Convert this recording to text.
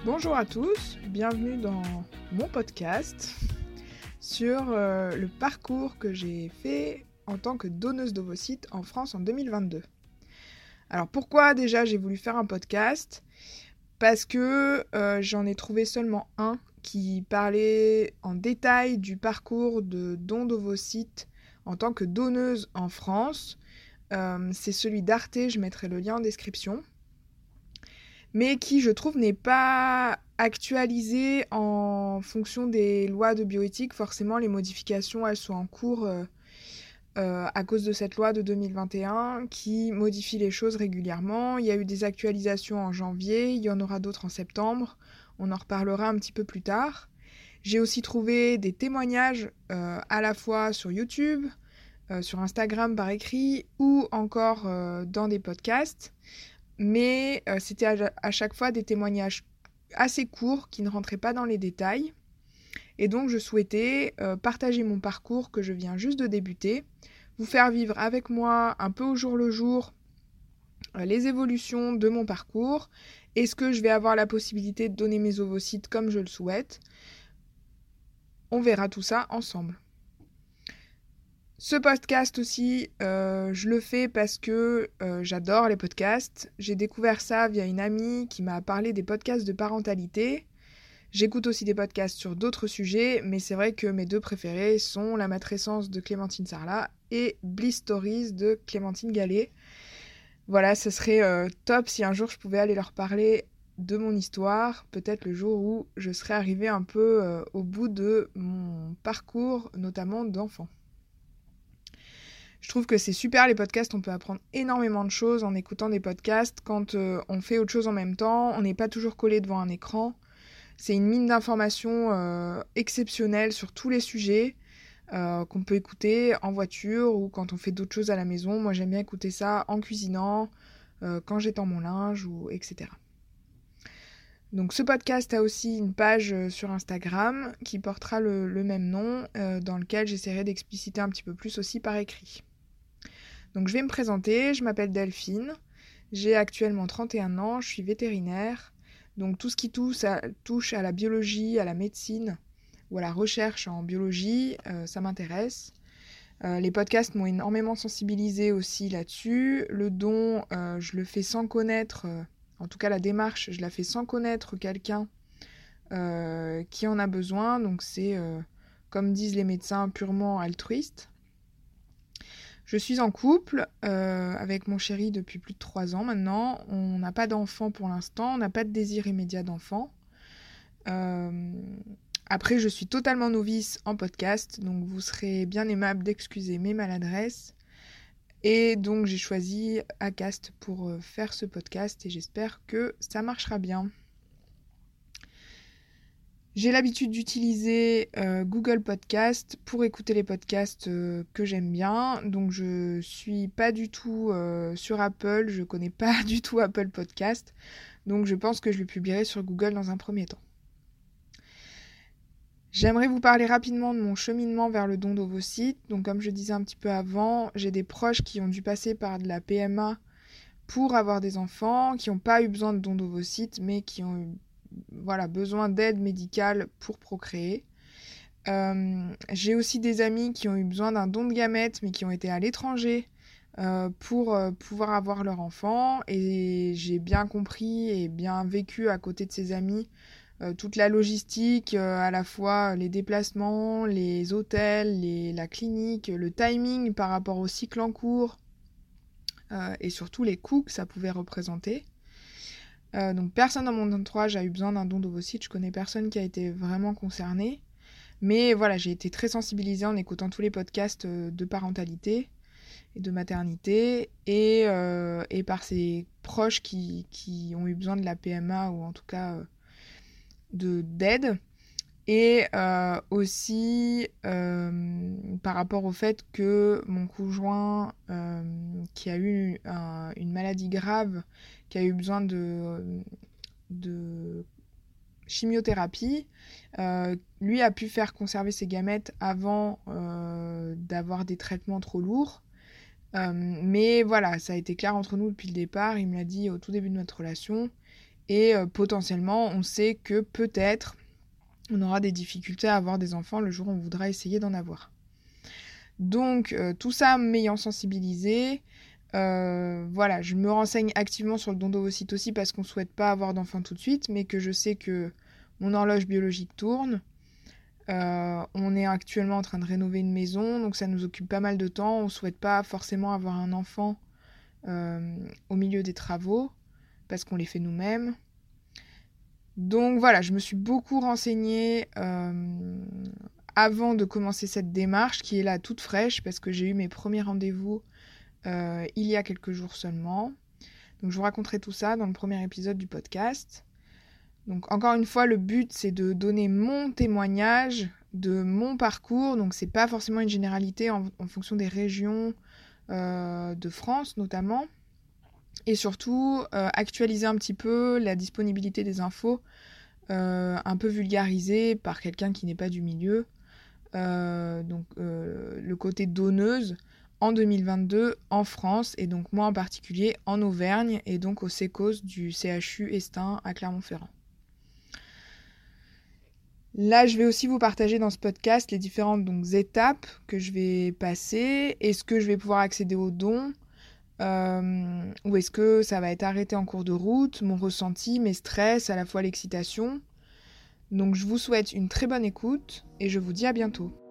Bonjour à tous, bienvenue dans mon podcast sur le parcours que j'ai fait en tant que donneuse d'ovocytes en France en 2022. Alors pourquoi déjà j'ai voulu faire un podcast ? Parce que j'en ai trouvé seulement un qui parlait en détail du parcours de don d'ovocytes en tant que donneuse en France. C'est celui d'Arte, je mettrai le lien en description. Mais qui, je trouve, n'est pas actualisé en fonction des lois de bioéthique. Forcément, les modifications, elles sont en cours à cause de cette loi de 2021 qui modifie les choses régulièrement. Il y a eu des actualisations en janvier, il y en aura d'autres en septembre. On en reparlera un petit peu plus tard. J'ai aussi trouvé des témoignages à la fois sur YouTube, sur Instagram par écrit ou encore dans des podcasts. Mais c'était à chaque fois des témoignages assez courts qui ne rentraient pas dans les détails. Et donc je souhaitais partager mon parcours que je viens juste de débuter, vous faire vivre avec moi un peu au jour le jour les évolutions de mon parcours. Est-ce que je vais avoir la possibilité de donner mes ovocytes comme je le souhaite ? On verra tout ça ensemble. Ce podcast aussi, je le fais parce que j'adore les podcasts. J'ai découvert ça via une amie qui m'a parlé des podcasts de parentalité. J'écoute aussi des podcasts sur d'autres sujets, mais c'est vrai que mes deux préférés sont La matrescence de Clémentine Sarlat et Bliss Stories de Clémentine Gallet. Voilà, ce serait top si un jour je pouvais aller leur parler de mon histoire, peut-être le jour où je serais arrivée un peu au bout de mon parcours, notamment d'enfant. Je trouve que c'est super les podcasts, on peut apprendre énormément de choses en écoutant des podcasts. Quand on fait autre chose en même temps, on n'est pas toujours collé devant un écran. C'est une mine d'informations exceptionnelle sur tous les sujets qu'on peut écouter en voiture ou quand on fait d'autres choses à la maison. Moi j'aime bien écouter ça en cuisinant, quand j'étends mon linge, etc. Donc ce podcast a aussi une page sur Instagram qui portera le même nom, dans lequel j'essaierai d'expliciter un petit peu plus aussi par écrit. Donc je vais me présenter, je m'appelle Delphine, j'ai actuellement 31 ans, je suis vétérinaire, donc tout ce qui touche à la biologie, à la médecine ou à la recherche en biologie, ça m'intéresse. Les podcasts m'ont énormément sensibilisée aussi là-dessus. Le don, je le fais sans connaître, en tout cas la démarche, je la fais sans connaître quelqu'un qui en a besoin, donc c'est, comme disent les médecins, purement altruiste. Je suis en couple avec mon chéri depuis plus de 3 ans maintenant. On n'a pas d'enfant pour l'instant, on n'a pas de désir immédiat d'enfant. Après, je suis totalement novice en podcast, donc vous serez bien aimable d'excuser mes maladresses. Et donc j'ai choisi Acast pour faire ce podcast et j'espère que ça marchera bien. J'ai l'habitude d'utiliser Google Podcast pour écouter les podcasts que j'aime bien. Donc je suis pas du tout sur Apple, je connais pas du tout Apple Podcast. Donc je pense que je le publierai sur Google dans un premier temps. J'aimerais vous parler rapidement de mon cheminement vers le don d'ovocytes. Donc comme je disais un petit peu avant, j'ai des proches qui ont dû passer par de la PMA pour avoir des enfants, qui n'ont pas eu besoin de don d'ovocytes, mais qui ont eu besoin d'aide médicale pour procréer. J'ai aussi des amis qui ont eu besoin d'un don de gamètes, mais qui ont été à l'étranger pour pouvoir avoir leur enfant. Et j'ai bien compris et bien vécu à côté de ces amis toute la logistique, à la fois les déplacements, les hôtels, la clinique, le timing par rapport au cycle en cours et surtout les coûts que ça pouvait représenter. Donc personne dans mon entourage a eu besoin d'un don d'ovocytes, je connais personne qui a été vraiment concerné. Mais voilà, j'ai été très sensibilisée en écoutant tous les podcasts de parentalité et de maternité et par ces proches qui ont eu besoin de la PMA ou en tout cas d'aide. Et aussi par rapport au fait que mon conjoint qui a eu une maladie grave, qui a eu besoin de chimiothérapie, lui a pu faire conserver ses gamètes avant d'avoir des traitements trop lourds. Mais voilà, ça a été clair entre nous depuis le départ. Il me l'a dit au tout début de notre relation. Et potentiellement, on sait que peut-être on aura des difficultés à avoir des enfants le jour où on voudra essayer d'en avoir. Donc, tout ça m'ayant sensibilisée, voilà, je me renseigne activement sur le don d'ovocytes aussi parce qu'on ne souhaite pas avoir d'enfants tout de suite, mais que je sais que mon horloge biologique tourne. On est actuellement en train de rénover une maison, donc ça nous occupe pas mal de temps. On ne souhaite pas forcément avoir un enfant au milieu des travaux parce qu'on les fait nous-mêmes. Donc voilà, je me suis beaucoup renseignée avant de commencer cette démarche qui est là toute fraîche parce que j'ai eu mes premiers rendez-vous il y a quelques jours seulement. Donc je vous raconterai tout ça dans le premier épisode du podcast. Donc encore une fois, le but c'est de donner mon témoignage de mon parcours. Donc c'est pas forcément une généralité en fonction des régions de France notamment. Et surtout actualiser un petit peu la disponibilité des infos, un peu vulgarisée par quelqu'un qui n'est pas du milieu. Donc le côté donneuse en 2022 en France et donc moi en particulier en Auvergne et donc au SECOS du CHU Estaing à Clermont-Ferrand. Là, je vais aussi vous partager dans ce podcast les différentes étapes que je vais passer. Est-ce que je vais pouvoir accéder aux dons ou est-ce que ça va être arrêté en cours de route, mon ressenti, mes stress, à la fois l'excitation. Donc je vous souhaite une très bonne écoute et je vous dis à bientôt.